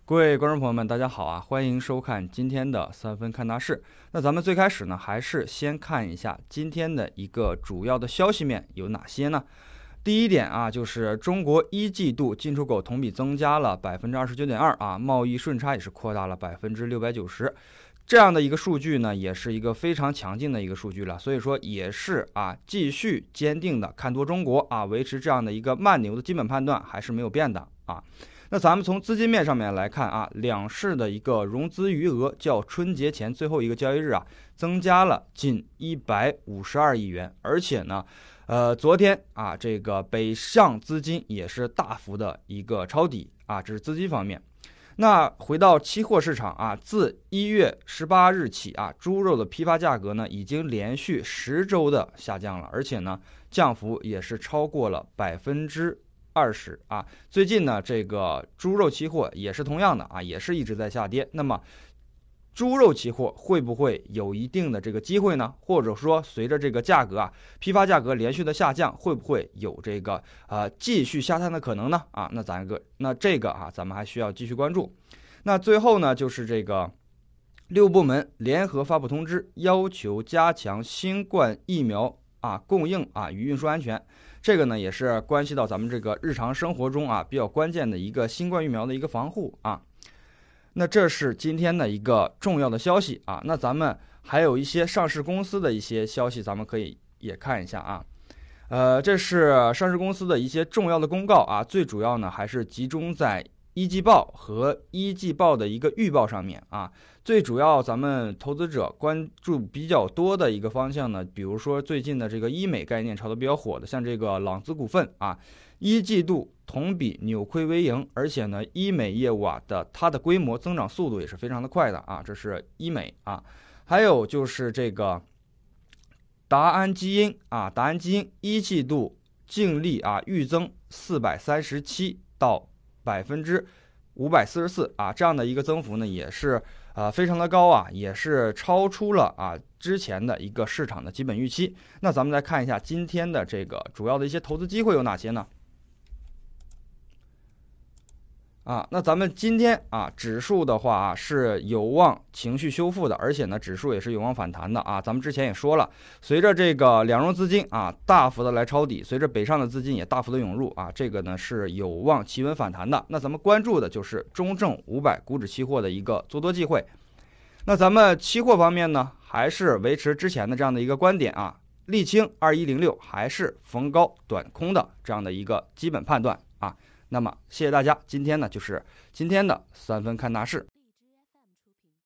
各位观众朋友们，大家好啊！欢迎收看今天的三分看大事。那咱们最开始呢，还是先看一下今天的一个主要的消息面有哪些呢？第一点啊，就是中国一季度进出口同比增加了29.2%啊，贸易顺差也是扩大了690%。这样的一个数据呢，也是一个非常强劲的一个数据了，所以说也是继续坚定的看多中国啊，维持这样的一个慢牛的基本判断还是没有变的啊。那咱们从资金面上面来看啊，两市的一个融资余额较春节前最后一个交易日增加了近152亿元，而且呢，昨天这个北向资金也是大幅的一个抄底啊，这是资金方面。那回到期货市场自1月18日起猪肉的批发价格呢已经连续10周的下降了，而且呢降幅也是超过了20%最近呢这个猪肉期货也是同样的也是一直在下跌。那么猪肉期货会不会有一定的这个机会呢？或者说随着这个价格批发价格连续的下降，会不会有这个继续下探的可能呢？那这个咱们还需要继续关注。那最后呢，就是这个6部门联合发布通知，要求加强新冠疫苗供应与运输安全。这个呢也是关系到咱们这个日常生活中比较关键的一个新冠疫苗的一个防护那这是今天的一个重要的消息那咱们还有一些上市公司的一些消息，咱们可以也看一下这是上市公司的一些重要的公告最主要呢还是集中在一季报和一季报的一个预报上面最主要咱们投资者关注比较多的一个方向呢，比如说最近的这个医美概念炒得比较火的，像这个朗姿股份一季度同比扭亏为盈，而且呢医美业务它的规模增长速度也是非常的快的这是医美还有就是这个达安基因一季度净利预增437%到544%这样的一个增幅呢也是非常的高也是超出了之前的一个市场的基本预期。那咱们来看一下今天的这个主要的一些投资机会有哪些呢？那咱们今天指数的话是有望情绪修复的，而且呢指数也是有望反弹的咱们之前也说了，随着这个两融资金大幅的来抄底，随着北上的资金也大幅的涌入这个呢是有望企稳反弹的。那咱们关注的就是中证500股指期货的一个做多机会。那咱们期货方面呢，还是维持之前的这样的一个观点沥青2106还是逢高短空的这样的一个基本判断那么谢谢大家，今天呢就是今天的三分看大事。